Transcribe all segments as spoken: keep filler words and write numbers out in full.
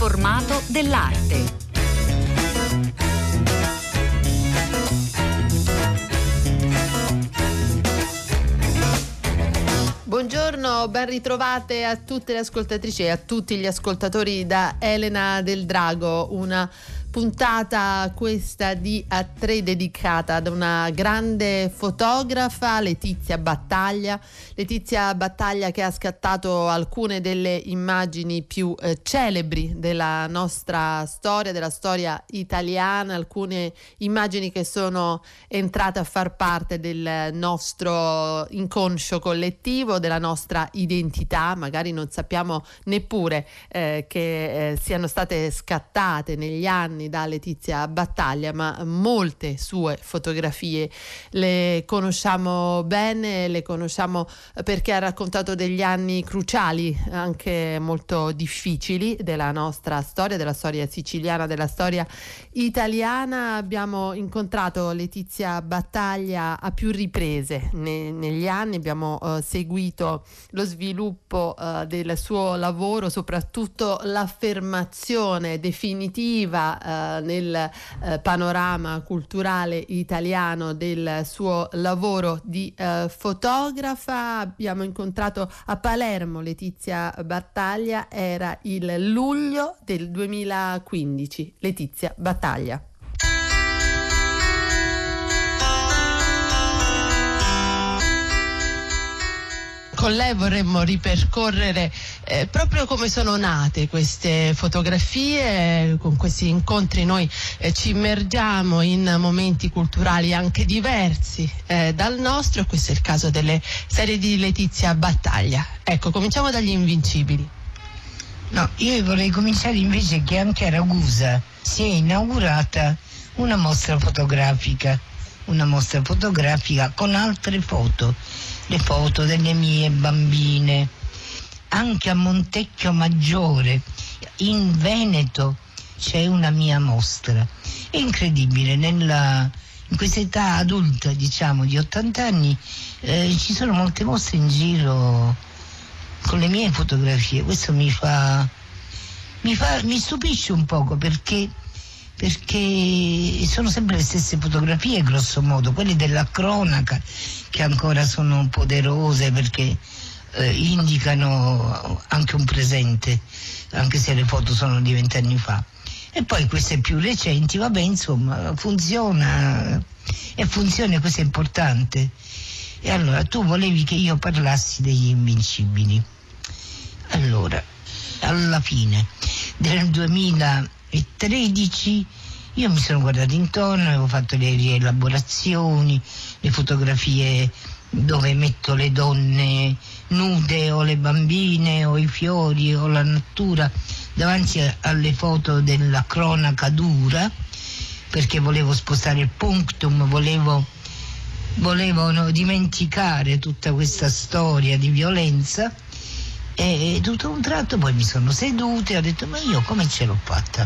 formato dell'arte. Buongiorno, ben ritrovate a tutte le ascoltatrici e a tutti gli ascoltatori da Elena Del Drago. Una puntata questa di A tre dedicata ad una grande fotografa, Letizia Battaglia. Letizia Battaglia che ha scattato alcune delle immagini più eh, celebri della nostra storia, della storia italiana, alcune immagini che sono entrate a far parte del nostro inconscio collettivo, della nostra identità. Magari non sappiamo neppure eh, che eh, siano state scattate negli anni da Letizia Battaglia, ma molte sue fotografie le conosciamo bene, le conosciamo perché ha raccontato degli anni cruciali, anche molto difficili, della nostra storia, della storia siciliana, della storia italiana. Abbiamo incontrato Letizia Battaglia a più riprese ne, negli anni, abbiamo uh, seguito lo sviluppo uh, del suo lavoro, soprattutto l'affermazione definitiva uh, nel uh, panorama culturale italiano del suo lavoro di uh, fotografa. Abbiamo incontrato a Palermo Letizia Battaglia, era il luglio del duemilaquindici. Letizia Battaglia. Con lei vorremmo ripercorrere eh, proprio come sono nate queste fotografie. Con questi incontri noi eh, ci immergiamo in momenti culturali anche diversi eh, dal nostro. Questo è il caso delle serie di Letizia Battaglia. Ecco, cominciamo dagli Invincibili. No, io vorrei cominciare invece che anche a Ragusa si è inaugurata una mostra fotografica, una mostra fotografica con altre foto, le foto delle mie bambine. Anche a Montecchio Maggiore, in Veneto, c'è una mia mostra. È incredibile, nella, in questa età adulta, diciamo, di ottanta anni, eh, ci sono molte mostre in giro con le mie fotografie. Questo mi fa, mi fa, mi stupisce un poco, perché perché sono sempre le stesse fotografie, grosso modo, quelle della cronaca, che ancora sono poderose perché eh, indicano anche un presente, anche se le foto sono di vent'anni fa. E poi queste più recenti, vabbè, insomma, funziona, e funziona, questo è importante. E allora, tu volevi che io parlassi degli Invincibili. Allora, alla fine del duemilatredici io mi sono guardata intorno, avevo fatto le rielaborazioni, le fotografie dove metto le donne nude o le bambine o i fiori o la natura davanti alle foto della cronaca dura, perché volevo spostare il punctum, volevo, volevo no, dimenticare tutta questa storia di violenza. E tutto un tratto poi mi sono seduta e ho detto: ma io come ce l'ho fatta?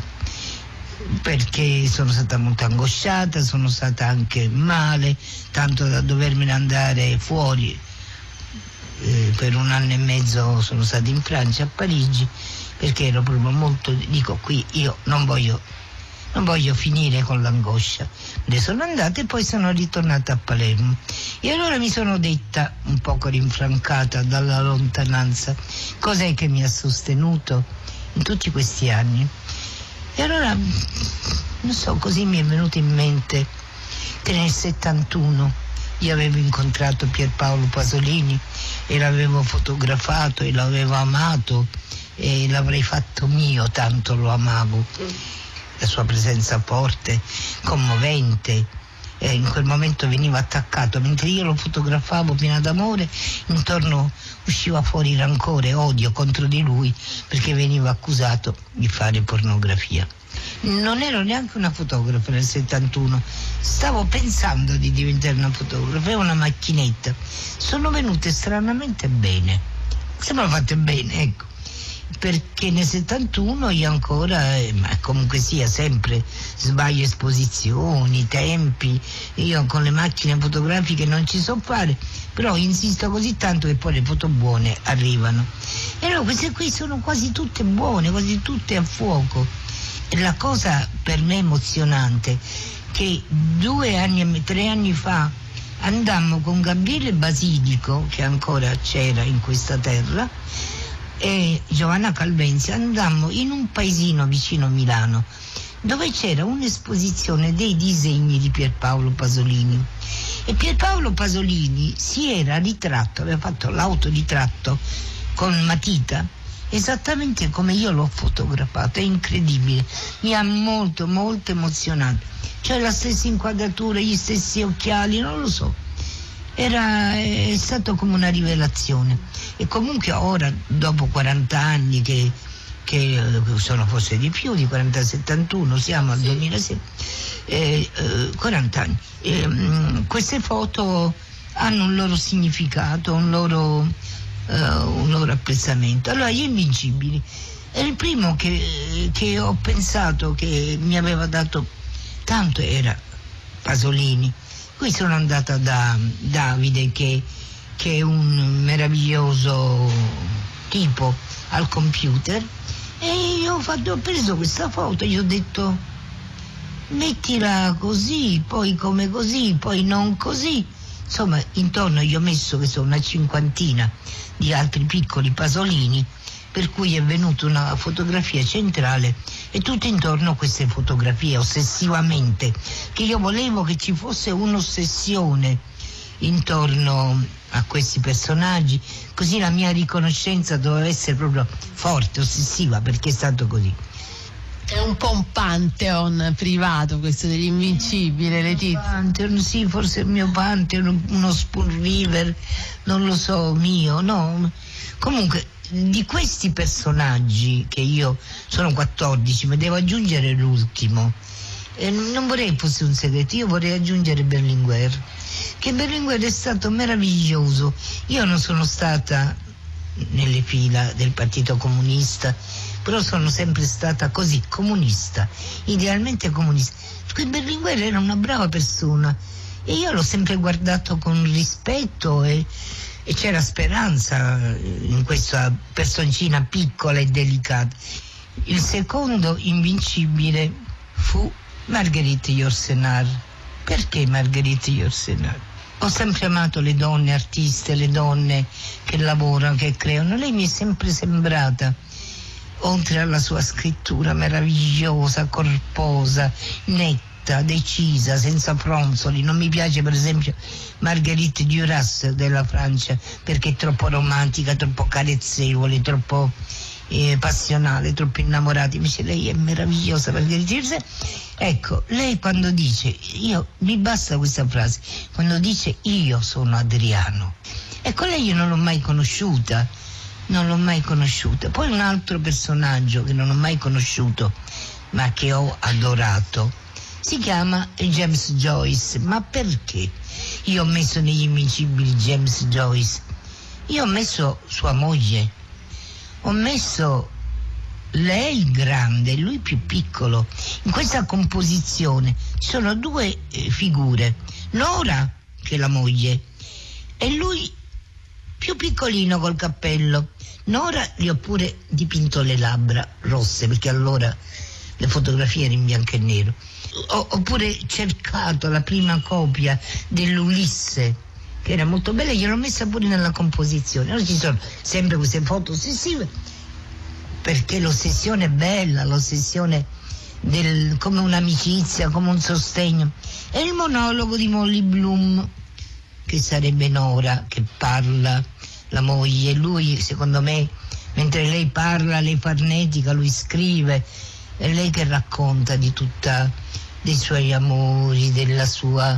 Perché sono stata molto angosciata, sono stata anche male, tanto da dovermene andare fuori. Eh, per un anno e mezzo sono stata in Francia, a Parigi, perché ero proprio molto, dico, qui io non voglio, non voglio finire con l'angoscia. Ne sono andata e poi sono ritornata a Palermo. E allora mi sono detta, un poco rinfrancata dalla lontananza, cos'è che mi ha sostenuto in tutti questi anni. E allora, non so, così mi è venuto in mente che nel settantuno io avevo incontrato Pierpaolo Pasolini e l'avevo fotografato e l'avevo amato e l'avrei fatto mio, tanto lo amavo. La sua presenza forte, commovente, eh, in quel momento veniva attaccato, mentre io lo fotografavo piena d'amore, intorno usciva fuori rancore, odio contro di lui, perché veniva accusato di fare pornografia. Non ero neanche una fotografa nel settantuno, stavo pensando di diventare una fotografa, avevo una macchinetta, sono venute stranamente bene, sembrano fatte bene, ecco. perché nel settantuno io ancora, eh, ma comunque sia, sempre sbaglio esposizioni, tempi, io con le macchine fotografiche non ci so fare, però insisto così tanto che poi le foto buone arrivano. E allora queste qui sono quasi tutte buone, quasi tutte a fuoco. E la cosa per me emozionante, che due anni, tre anni fa andammo con Gabriele Basilico, che ancora c'era in questa terra, e Giovanna Calvenzi, andammo in un paesino vicino a Milano dove c'era un'esposizione dei disegni di Pierpaolo Pasolini, e Pierpaolo Pasolini si era ritratto, aveva fatto l'autoritratto con matita esattamente come io l'ho fotografato. È incredibile, mi ha molto molto emozionato, cioè la stessa inquadratura, gli stessi occhiali, non lo so, era è stato come una rivelazione. E comunque ora, dopo quaranta anni, che, che sono forse di più di quaranta, settantuno, siamo al duemilasei, eh, eh, quaranta anni, eh, mh, queste foto hanno un loro significato, un loro, eh, un loro apprezzamento. Allora, Gli Invincibili è il primo che, che ho pensato che mi aveva dato tanto, era Pasolini. Qui sono andata da Davide, che, che è un meraviglioso tipo al computer, e io ho, fatto, ho preso questa foto, gli ho detto mettila così, poi come così, poi non così. Insomma, intorno gli ho messo che sono una cinquantina di altri piccoli Pasolini, per cui è venuta una fotografia centrale e tutto intorno a queste fotografie, ossessivamente, che io volevo che ci fosse un'ossessione intorno a questi personaggi, così la mia riconoscenza doveva essere proprio forte, ossessiva, perché è stato così. È un po' un pantheon privato questo degli Invincibili, Letizia. Pantheon, sì, forse il mio pantheon, uno spoon river, non lo so, mio, no. Comunque, di questi personaggi, che io sono quattordici, ma devo aggiungere l'ultimo, eh, non vorrei fosse un segreto, io vorrei aggiungere Berlinguer, che Berlinguer è stato meraviglioso. Io non sono stata nelle fila del Partito Comunista, però sono sempre stata così, comunista, idealmente comunista. Perché Berlinguer era una brava persona e io l'ho sempre guardato con rispetto, e e c'era speranza in questa personcina piccola e delicata. Il secondo invincibile fu Marguerite Yourcenar. Perché Marguerite Yourcenar? Ho sempre amato le donne artiste, le donne che lavorano, che creano. Lei mi è sempre sembrata, oltre alla sua scrittura meravigliosa, corposa, netta, decisa, senza fronzoli. Non mi piace per esempio Marguerite Duras della Francia, perché è troppo romantica, troppo carezzevole, troppo eh, passionale, troppo innamorata. Invece lei è meravigliosa, Marguerite Duras. Ecco, lei quando dice, io mi basta questa frase, quando dice io sono Adriano, ecco, lei io non l'ho mai conosciuta, non l'ho mai conosciuta. Poi un altro personaggio che non ho mai conosciuto ma che ho adorato si chiama James Joyce. Ma perché io ho messo negli Invincibili James Joyce? Io ho messo sua moglie, ho messo lei grande e lui più piccolo. In questa composizione ci sono due eh, figure, Nora che è la moglie e lui più piccolino col cappello. Nora gli ho pure dipinto le labbra rosse, perché allora le fotografie erano in bianco e nero. Ho, ho pure cercato la prima copia dell'Ulisse, che era molto bella, e gliel'ho messa pure nella composizione. Allora ci sono sempre queste foto ossessive, perché l'ossessione è bella, l'ossessione del, come un'amicizia, come un sostegno. E il monologo di Molly Bloom, che sarebbe Nora, che parla, la moglie. Lui, secondo me, mentre lei parla, lei farnetica, lui scrive, è lei che racconta di tutta, dei suoi amori, della sua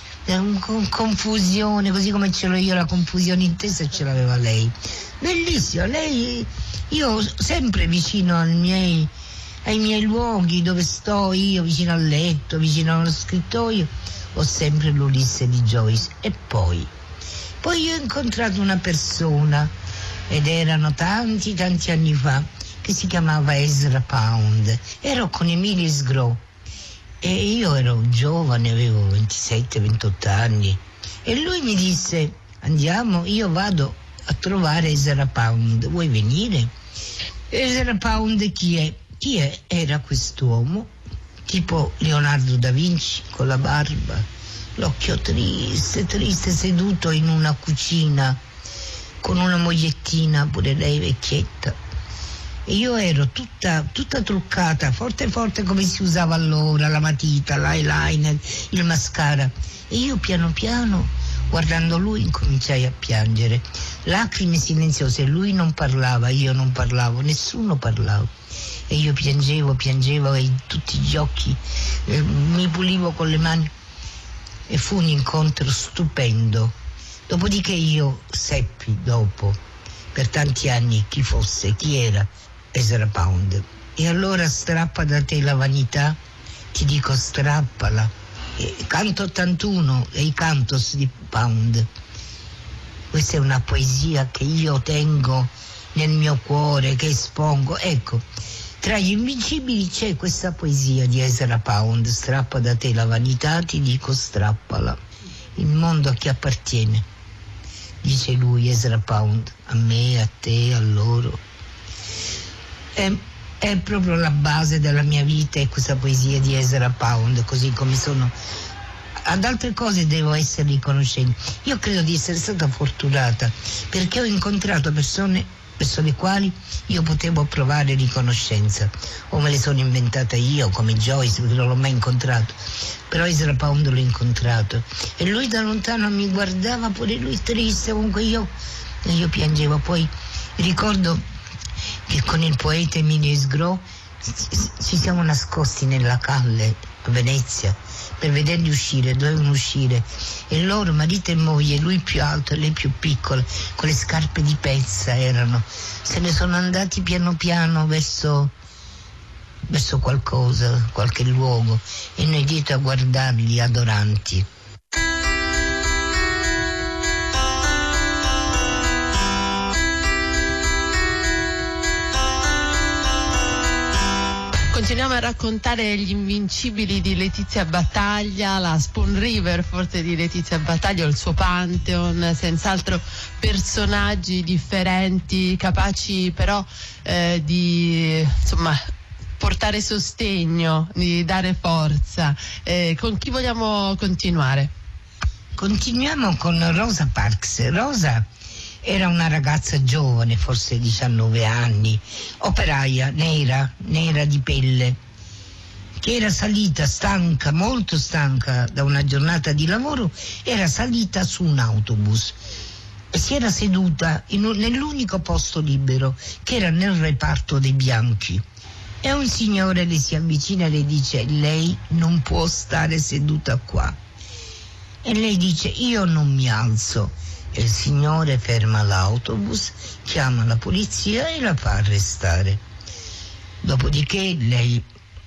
confusione, così come ce l'ho io la confusione intesa, ce l'aveva lei. Bellissimo, lei, io sempre vicino ai miei, ai miei luoghi dove sto io, vicino al letto, vicino allo scrittoio, ho sempre l'Ulisse di Joyce. E poi, poi io ho incontrato una persona, ed erano tanti tanti anni fa, che si chiamava Ezra Pound. Ero con Emilio Sgro e io ero giovane, avevo ventisette ventotto anni, e lui mi disse: andiamo, io vado a trovare Ezra Pound, vuoi venire? Ezra Pound chi è? Chi è? Era quest'uomo tipo Leonardo da Vinci, con la barba, l'occhio triste, triste, seduto in una cucina con una mogliettina, pure lei vecchietta. E io ero tutta, tutta truccata, forte forte come si usava allora, la matita, l'eyeliner, il mascara. E io piano piano, guardando lui, incominciai a piangere. Lacrime silenziose, lui non parlava, io non parlavo, nessuno parlava. E io piangevo, piangevo e tutti gli occhi eh, mi pulivo con le mani. E fu un incontro stupendo. Dopodiché io seppi dopo, per tanti anni, chi fosse, chi era Ezra Pound. E allora strappa da te la vanità, ti dico strappala. E canto ottantuno e i cantos di Pound. Questa è una poesia che io tengo nel mio cuore, che espongo. Ecco, tra gli invincibili c'è questa poesia di Ezra Pound: strappa da te la vanità, ti dico strappala. Il mondo a chi appartiene? Dice lui, Ezra Pound, a me, a te, a loro. È, è proprio la base della mia vita, è questa poesia di Ezra Pound, così come sono. Ad altre cose devo essere riconoscente. Io credo di essere stata fortunata perché ho incontrato persone verso le quali io potevo provare riconoscenza, o me le sono inventata io, come Joyce, perché non l'ho mai incontrato. Però Ezra Pound l'ho incontrato e lui da lontano mi guardava, pure lui triste, comunque io, e io piangevo. Poi ricordo che con il poeta Emilio Sgro ci siamo nascosti nella calle a Venezia per vederli uscire, dovevano uscire, e loro, marito e moglie, lui più alto e lei più piccola, con le scarpe di pezza erano, se ne sono andati piano piano verso verso qualcosa, qualche luogo, e noi dietro a guardarli adoranti. Continuiamo a raccontare gli invincibili di Letizia Battaglia, la Spoon River forse di Letizia Battaglia, il suo Pantheon, senz'altro personaggi differenti, capaci però eh, di insomma portare sostegno, di dare forza. Eh, con chi vogliamo continuare? Continuiamo con Rosa Parks. Rosa era una ragazza giovane, forse diciannove anni, operaia, nera, nera di pelle, che era salita stanca, molto stanca da una giornata di lavoro, era salita su un autobus e si era seduta in un, nell'unico posto libero, che era nel reparto dei bianchi. E un signore le si avvicina e le dice: lei non può stare seduta qua. E lei dice: io non mi alzo. E il signore ferma l'autobus, chiama la polizia e la fa arrestare. Dopodiché lei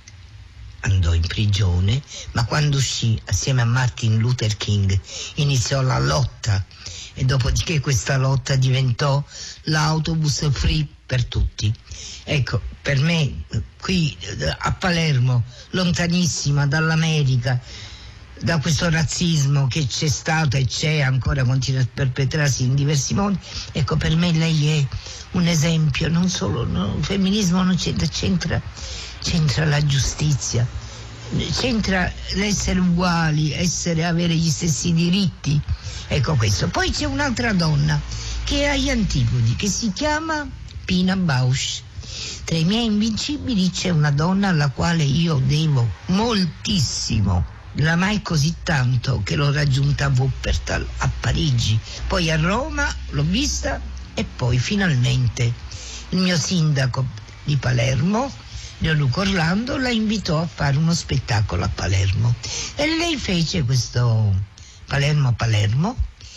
andò in prigione, ma quando uscì assieme a Martin Luther King iniziò la lotta, e dopodiché questa lotta diventò l'autobus free per tutti. Ecco, per me qui a Palermo, lontanissima dall'America, da questo razzismo che c'è stato e c'è ancora, continua a perpetrarsi in diversi modi, ecco, per me lei è un esempio. Non solo, no, il femminismo non c'entra, c'entra, c'entra la giustizia, c'entra l'essere uguali, essere, avere gli stessi diritti, ecco questo. Poi c'è un'altra donna che è agli antipodi, che si chiama Pina Bausch. Tra i miei invincibili c'è una donna alla quale io devo moltissimo. L'amai così tanto che l'ho raggiunta a Wuppertal, a Parigi, poi a Roma l'ho vista, e poi finalmente il mio sindaco di Palermo, Leoluca Orlando, la invitò a fare uno spettacolo a Palermo, e lei fece questo Palermo Palermo,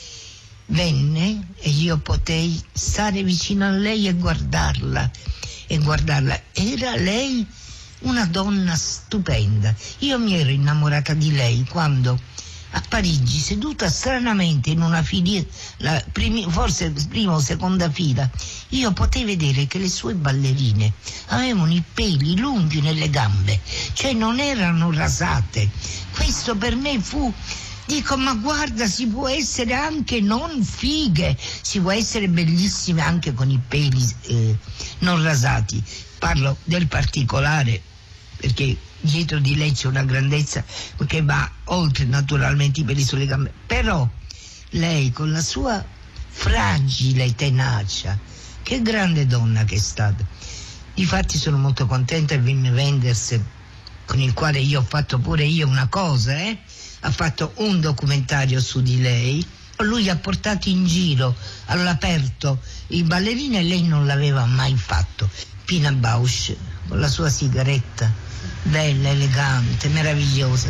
venne e io potei stare vicino a lei e guardarla e guardarla era lei una donna stupenda. Io mi ero innamorata di lei quando a Parigi, seduta stranamente in una fila, primi, forse prima o seconda fila, io potevo vedere che le sue ballerine avevano i peli lunghi nelle gambe, cioè non erano rasate. Questo per me fu, dico, ma guarda, si può essere anche non fighe, si può essere bellissime anche con i peli eh, non rasati. Parlo del particolare, perché dietro di lei c'è una grandezza che va oltre naturalmente i peli sulle gambe, però lei con la sua fragile tenacia, che grande donna che è stata. Difatti sono molto contenta di Wim Wenders, con il quale io ho fatto pure io una cosa, eh? ha fatto un documentario su di lei. Lui ha portato in giro all'aperto i ballerini e lei non l'aveva mai fatto. Pina Bausch con la sua sigaretta, bella, elegante, meravigliosa.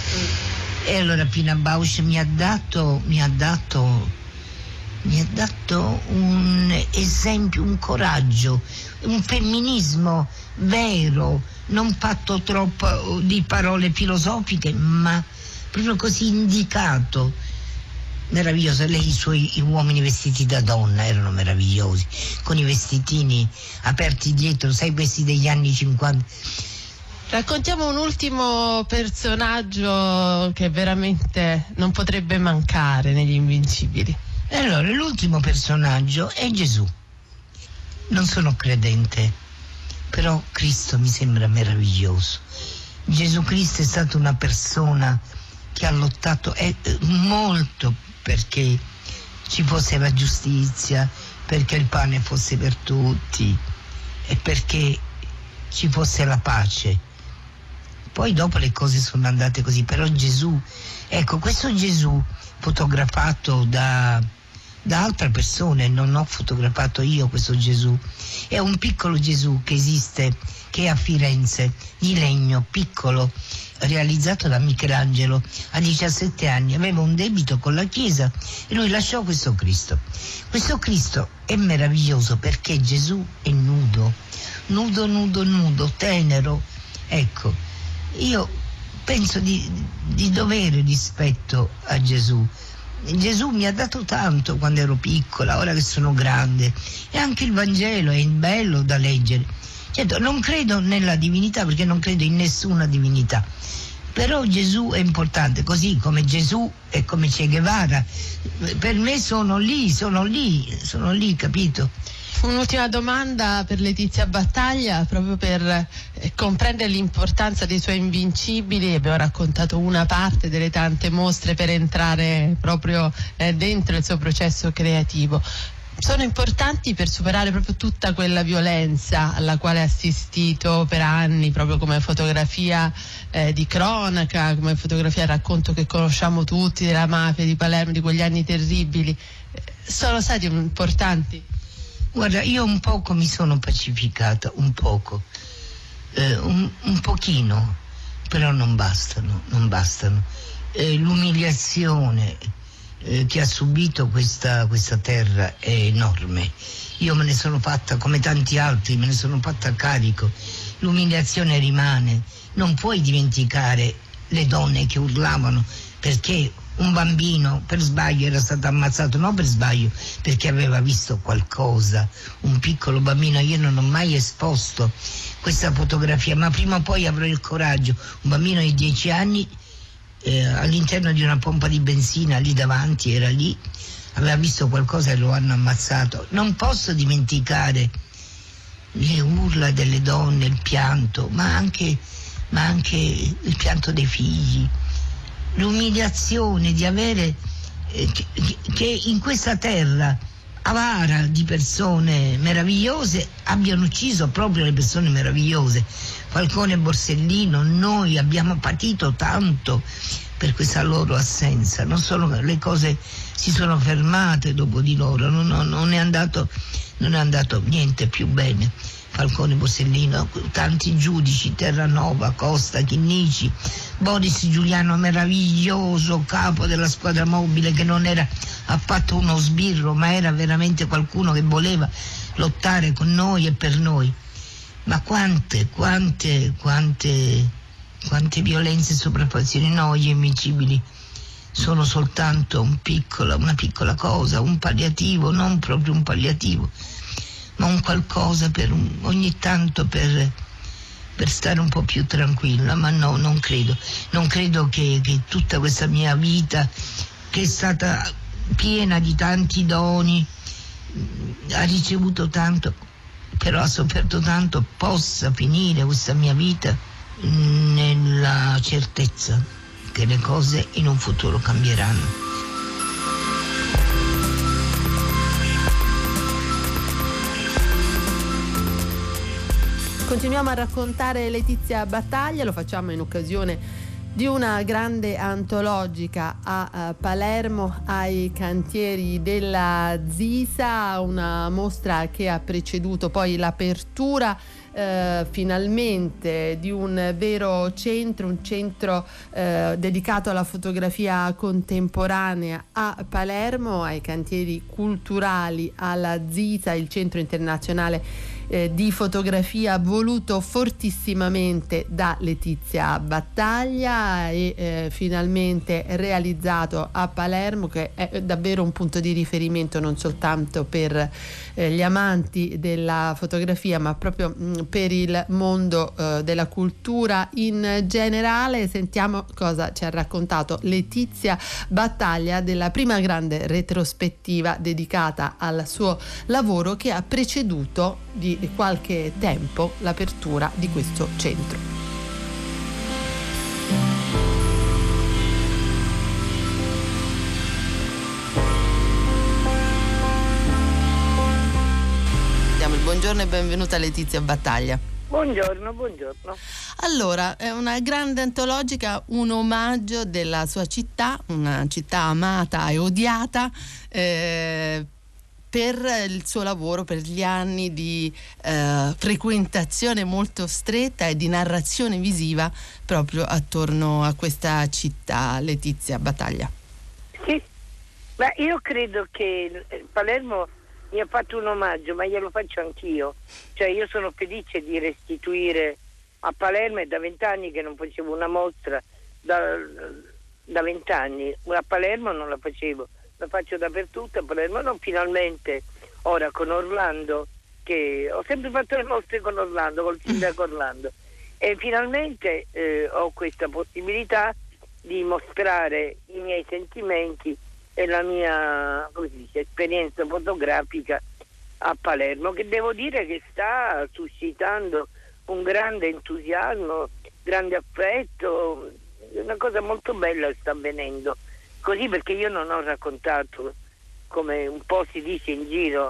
E allora Pina Bausch mi ha dato, mi ha dato, mi ha dato un esempio, un coraggio, un femminismo vero, non fatto troppo di parole filosofiche, ma proprio così indicato. Meraviglioso. Lei, i suoi i uomini vestiti da donna erano meravigliosi, con i vestitini aperti dietro, sai, questi degli anni cinquanta. Raccontiamo un ultimo personaggio che veramente non potrebbe mancare negli Invincibili. E allora l'ultimo personaggio è Gesù. Non sono credente, però Cristo mi sembra meraviglioso. Gesù Cristo è stata una persona che ha lottato eh, molto perché ci fosse la giustizia, perché il pane fosse per tutti e perché ci fosse la pace. Poi dopo le cose sono andate così, però Gesù, ecco, questo Gesù fotografato da, da altre persone, non ho fotografato io questo Gesù, è un piccolo Gesù che esiste, che è a Firenze, di legno, piccolo, realizzato da Michelangelo a diciassette anni. Aveva un debito con la Chiesa e lui lasciò questo Cristo. Questo Cristo è meraviglioso perché Gesù è nudo, nudo, nudo, nudo, tenero. Ecco, io penso di, di dovere rispetto a Gesù. Gesù mi ha dato tanto quando ero piccola, ora che sono grande, e anche il Vangelo è bello da leggere. Certo, non credo nella divinità perché non credo in nessuna divinità, però Gesù è importante, così come Gesù e come Che Guevara. Per me sono lì, sono lì, sono lì, capito? Un'ultima domanda per Letizia Battaglia, proprio per eh, comprendere l'importanza dei suoi Invincibili. Abbiamo raccontato una parte delle tante mostre per entrare proprio eh, dentro il suo processo creativo. Sono importanti per superare proprio tutta quella violenza alla quale ha assistito per anni, proprio come fotografia eh, di cronaca, come fotografia a racconto che conosciamo tutti della mafia di Palermo, di quegli anni terribili. Sono stati importanti? Guarda, io un poco mi sono pacificata, un poco, eh, un, un pochino, però non bastano, non bastano. Eh, l'umiliazione eh, che ha subito questa, questa terra è enorme. Io me ne sono fatta, come tanti altri, me ne sono fatta carico. L'umiliazione rimane, non puoi dimenticare le donne che urlavano perché un bambino per sbaglio era stato ammazzato, non per sbaglio, perché aveva visto qualcosa, un piccolo bambino. Io non ho mai esposto questa fotografia, ma prima o poi avrò il coraggio. Un bambino di dieci anni eh, all'interno di una pompa di benzina lì davanti, era lì, aveva visto qualcosa e lo hanno ammazzato. Non posso dimenticare le urla delle donne, il pianto, ma anche, ma anche il pianto dei figli. L'umiliazione di avere eh, che, che in questa terra avara di persone meravigliose abbiano ucciso proprio le persone meravigliose. Falcone e Borsellino, noi abbiamo patito tanto per questa loro assenza. Non solo, le cose si sono fermate dopo di loro, non, non, non è andato, non è andato niente più bene. Falcone, Borsellino, tanti giudici, Terranova, Costa, Chinnici, Boris Giuliano meraviglioso, capo della squadra mobile, che non era affatto uno sbirro, ma era veramente qualcuno che voleva lottare con noi e per noi. Ma quante, quante, quante, quante violenze e sopraffazioni, no, gli Invincibili sono soltanto un piccola, una piccola cosa, un palliativo, non proprio un palliativo, ma un qualcosa per un, ogni tanto per, per stare un po' più tranquilla. Ma no, non credo. Non credo che, che tutta questa mia vita, che è stata piena di tanti doni, ha ricevuto tanto, però ha sofferto tanto, possa finire questa mia vita nella certezza che le cose in un futuro cambieranno. Continuiamo a raccontare Letizia Battaglia, lo facciamo in occasione di una grande antologica a Palermo ai cantieri della Zisa, una mostra che ha preceduto poi l'apertura eh, finalmente di un vero centro, un centro eh, dedicato alla fotografia contemporanea a Palermo, ai cantieri culturali alla Zisa, il centro internazionale Eh, di fotografia voluto fortissimamente da Letizia Battaglia e eh, finalmente realizzato a Palermo, che è davvero un punto di riferimento non soltanto per eh, gli amanti della fotografia, ma proprio mh, per il mondo eh, della cultura in generale. Sentiamo cosa ci ha raccontato Letizia Battaglia della prima grande retrospettiva dedicata al suo lavoro, che ha preceduto di qualche tempo l'apertura di questo centro. Diamo il buongiorno e benvenuta Letizia Battaglia. Buongiorno, buongiorno. Allora, è una grande antologica, un omaggio della sua città, una città amata e odiata, eh, per il suo lavoro, per gli anni di eh, frequentazione molto stretta e di narrazione visiva proprio attorno a questa città. Letizia Battaglia. Sì, ma io credo che Palermo mi ha fatto un omaggio, ma glielo faccio anch'io. Cioè io sono felice di restituire a Palermo, è da vent'anni che non facevo una mostra, da vent'anni, a Palermo non la facevo. La faccio dappertutto a Palermo, non finalmente ora con Orlando, che ho sempre fatto le mostre con Orlando, col sindaco Orlando, e finalmente eh, ho questa possibilità di mostrare i miei sentimenti e la mia, come si dice, esperienza fotografica a Palermo, che devo dire che sta suscitando un grande entusiasmo, grande affetto, una cosa molto bella sta avvenendo. Così, perché io non ho raccontato, come un po' si dice in giro,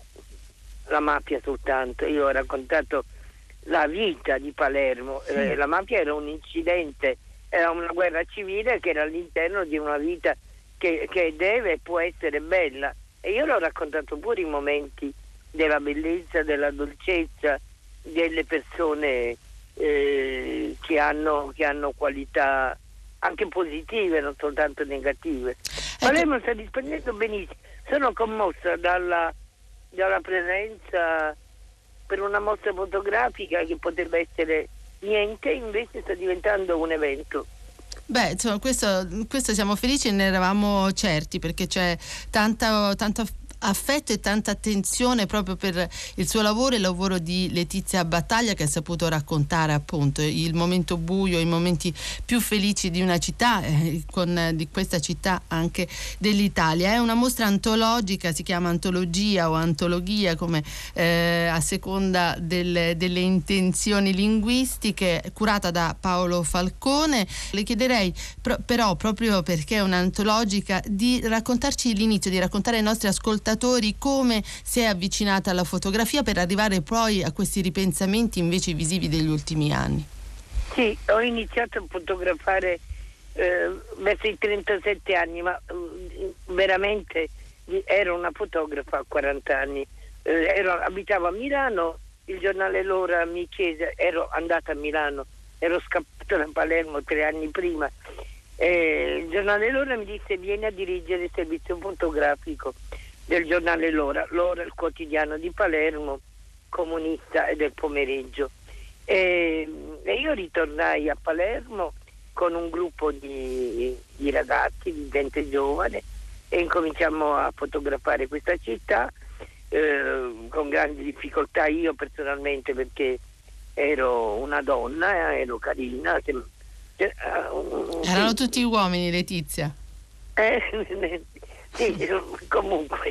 la mafia soltanto. Io ho raccontato la vita di Palermo. Sì. Eh, la mafia era un incidente, era una guerra civile che era all'interno di una vita che, che deve e può essere bella. E io l'ho raccontato pure i momenti della bellezza, della dolcezza, delle persone eh, che hanno, che hanno qualità anche positive, non soltanto negative. Ecco. Palermo sta rispondendo benissimo. Sono commossa dalla, dalla presenza per una mostra fotografica che potrebbe essere niente, invece sta diventando un evento. Beh, insomma, questo, questo siamo felici e ne eravamo certi, perché c'è tanta, tanto affetto e tanta attenzione proprio per il suo lavoro e il lavoro di Letizia Battaglia, che ha saputo raccontare appunto il momento buio, i momenti più felici di una città, eh, con di questa città anche dell'Italia. È una mostra antologica, si chiama antologia o antologia, come eh, a seconda delle, delle intenzioni linguistiche, curata da Paolo Falcone. Le chiederei pro- però, proprio perché è un'antologica, di raccontarci l'inizio, di raccontare ai nostri ascoltatori come si è avvicinata alla fotografia per arrivare poi a questi ripensamenti invece visivi degli ultimi anni. Sì, ho iniziato a fotografare eh, verso i trentasette anni, ma eh, veramente ero una fotografa a quaranta anni. Eh, ero, abitavo a Milano, il giornale L'Ora mi chiese, ero andata a Milano, ero scappata da Palermo tre anni prima. Eh, il giornale L'Ora mi disse: vieni a dirigere il servizio fotografico del giornale L'Ora. L'Ora è il quotidiano di Palermo, comunista, e del pomeriggio. E, e io ritornai a Palermo con un gruppo di, di ragazzi, di gente giovane, e incominciamo a fotografare questa città eh, con grandi difficoltà io personalmente, perché ero una donna, ero carina. Se, se, uh, Erano sì. tutti uomini, Letizia. Eh, sì, comunque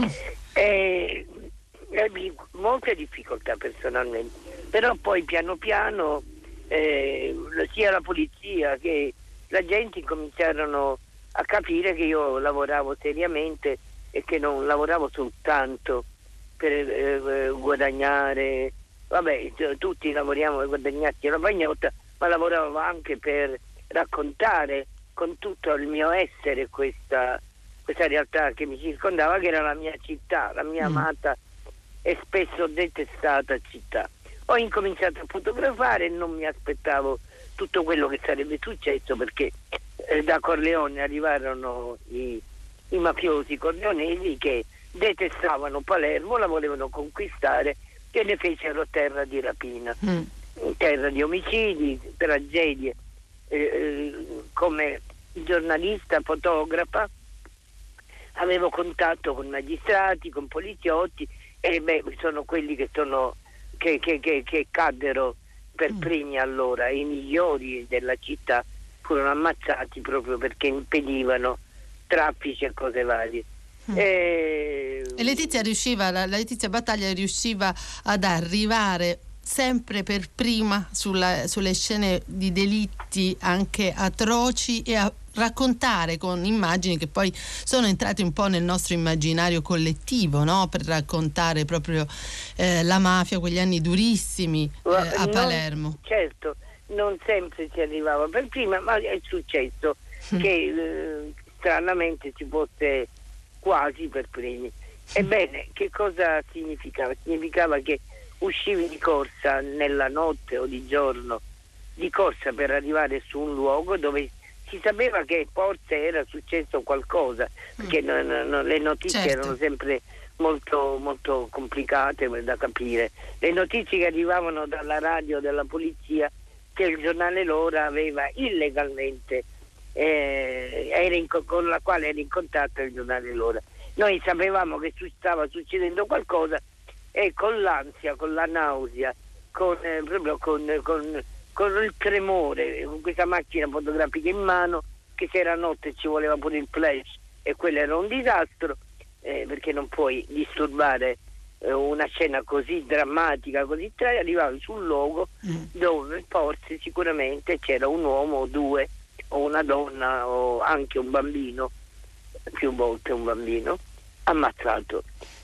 eh, ebbi molte difficoltà personalmente, però poi piano piano eh, sia la polizia che la gente incominciarono a capire che io lavoravo seriamente e che non lavoravo soltanto per eh, guadagnare, vabbè, tutti lavoriamo per guadagnarci la pagnotta, ma lavoravo anche per raccontare con tutto il mio essere questa, questa realtà che mi circondava, che era la mia città, la mia mm. amata e spesso detestata città. Ho incominciato a fotografare e non mi aspettavo tutto quello che sarebbe successo, perché eh, da Corleone arrivarono i, i mafiosi corleonesi che detestavano Palermo, la volevano conquistare e ne fecero terra di rapina, Mm. terra di omicidi, tragedie. Eh, come giornalista, fotografa, avevo contatto con magistrati, con poliziotti, e beh, sono quelli che sono che, che, che, che caddero per Mm. primi allora. I migliori della città furono ammazzati proprio perché impedivano traffici e cose varie. Mm. E... E Letizia riusciva, la, la Letizia Battaglia riusciva ad arrivare sempre per prima sulla, sulle scene di delitti anche atroci e a raccontare con immagini che poi sono entrate un po' nel nostro immaginario collettivo, no? Per raccontare proprio eh, la mafia, quegli anni durissimi eh, a non, Palermo. Certo, non sempre si arrivava per prima, ma è successo Mm. che eh, stranamente si fosse quasi per primi. Ebbene, che cosa significava? Significava che uscivi di corsa nella notte o di giorno, di corsa per arrivare su un luogo dove si sapeva che forse era successo qualcosa, perché Mm. non, non, le notizie Certo. erano sempre molto, molto complicate da capire. Le notizie che arrivavano dalla radio della polizia, che il giornale L'Ora aveva illegalmente, eh, era in, con la quale era in contatto il giornale L'Ora. Noi sapevamo che su, stava succedendo qualcosa, e con l'ansia, con la nausea, con, eh, proprio con, con, con il tremore, con questa macchina fotografica in mano, che se era notte ci voleva pure il flash, e quello era un disastro, eh, perché non puoi disturbare eh, una scena così drammatica, così tra, arrivavi sul luogo Mm. dove forse sicuramente c'era un uomo o due, o una donna, o anche un bambino, più volte un bambino ammazzato.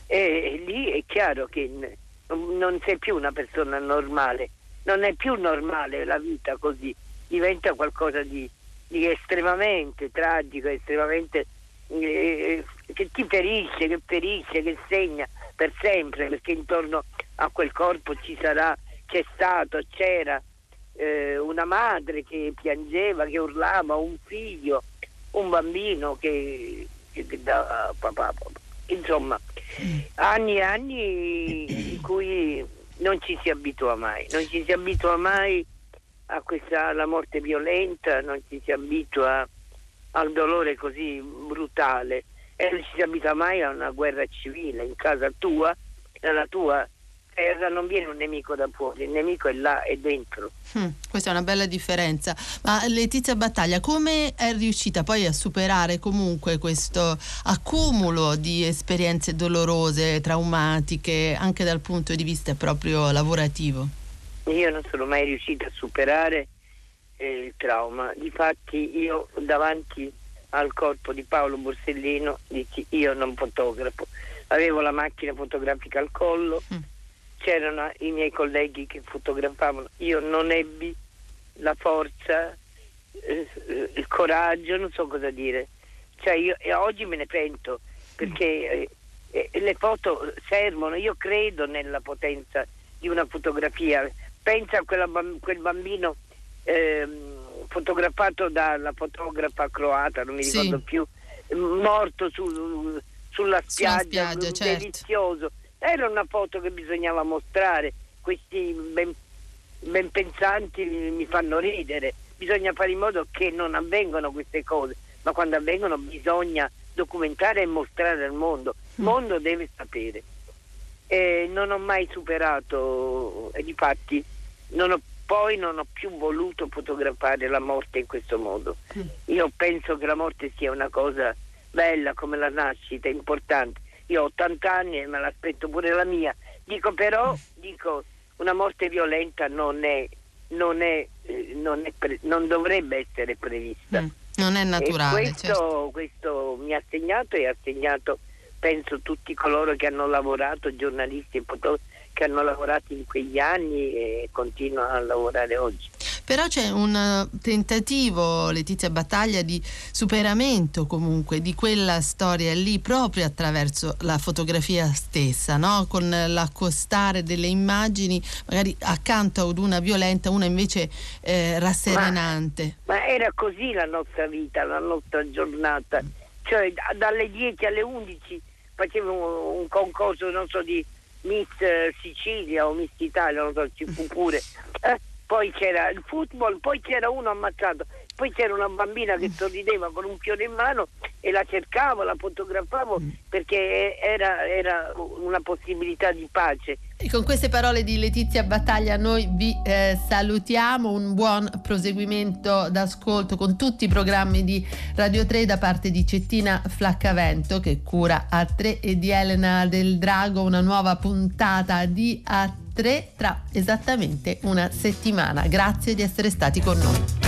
E lì è chiaro che non sei più una persona normale, non è più normale la vita così, diventa qualcosa di, di estremamente tragico, estremamente eh, che ti ferisce, che ferisce, che segna per sempre, perché intorno a quel corpo ci sarà, c'è stato, c'era eh, una madre che piangeva, che urlava, un figlio, un bambino che, che, che da papà, papà. Insomma, anni e anni in cui non ci si abitua mai, non ci si abitua mai a questa alla morte violenta, non ci si abitua al dolore così brutale, e non ci si abitua mai a una guerra civile. In casa tua, nella tua terra, non viene un nemico da fuori, il nemico è là, è dentro. Mm, questa è una bella differenza. Ma Letizia Battaglia, come è riuscita poi a superare comunque questo accumulo di esperienze dolorose, traumatiche, anche dal punto di vista proprio lavorativo? Io non sono mai riuscita a superare eh, il trauma. Difatti io davanti al corpo di Paolo Borsellino dici: io non fotografo. Avevo la macchina fotografica al collo, mm. c'erano i miei colleghi che fotografavano, io non ebbi la forza, eh, il coraggio, non so cosa dire. Cioè io, e oggi me ne pento, perché eh, eh, le foto servono. Io credo nella potenza di una fotografia. Pensa a quella, quel bambino eh, fotografato dalla fotografa croata, non mi sì. ricordo più, morto su, sulla spiaggia, sulla spiaggia, delizioso. Certo. Era una foto che bisognava mostrare. Questi ben, ben pensanti mi fanno ridere, bisogna fare in modo che non avvengano queste cose, ma quando avvengono bisogna documentare e mostrare al mondo. Il mondo deve sapere. Eh, non ho mai superato, e difatti non ho, poi non ho più voluto fotografare la morte in questo modo. Io penso che la morte sia una cosa bella come la nascita, importante. Io ho ottanta anni e me l'aspetto pure la mia. Dico però, dico, una morte violenta non è, non è, eh, non, è pre- non dovrebbe essere prevista. Mm, non è naturale. E questo, certo. questo mi ha segnato e ha segnato, penso, tutti coloro che hanno lavorato, giornalisti e fotografi, che hanno lavorato in quegli anni e continuano a lavorare oggi. Però c'è un tentativo, Letizia Battaglia, di superamento comunque di quella storia lì proprio attraverso la fotografia stessa, no? Con l'accostare delle immagini magari accanto ad una violenta, una invece eh, rasserenante. Ma, ma era così la nostra vita, la nostra giornata, cioè dalle dieci alle undici facevo un, un concorso, non so, di Miss Sicilia o Miss Italia, non so, ci fu pure. Eh? Poi c'era il football, poi c'era uno ammazzato, poi c'era una bambina che sorrideva con un fiore in mano e la cercavo, la fotografavo perché era, era una possibilità di pace. E con queste parole di Letizia Battaglia noi vi eh, salutiamo, un buon proseguimento d'ascolto con tutti i programmi di Radio tre da parte di Cettina Flaccavento che cura A tre e di Elena Del Drago, una nuova puntata di A tre tra esattamente una settimana. Grazie di essere stati con noi.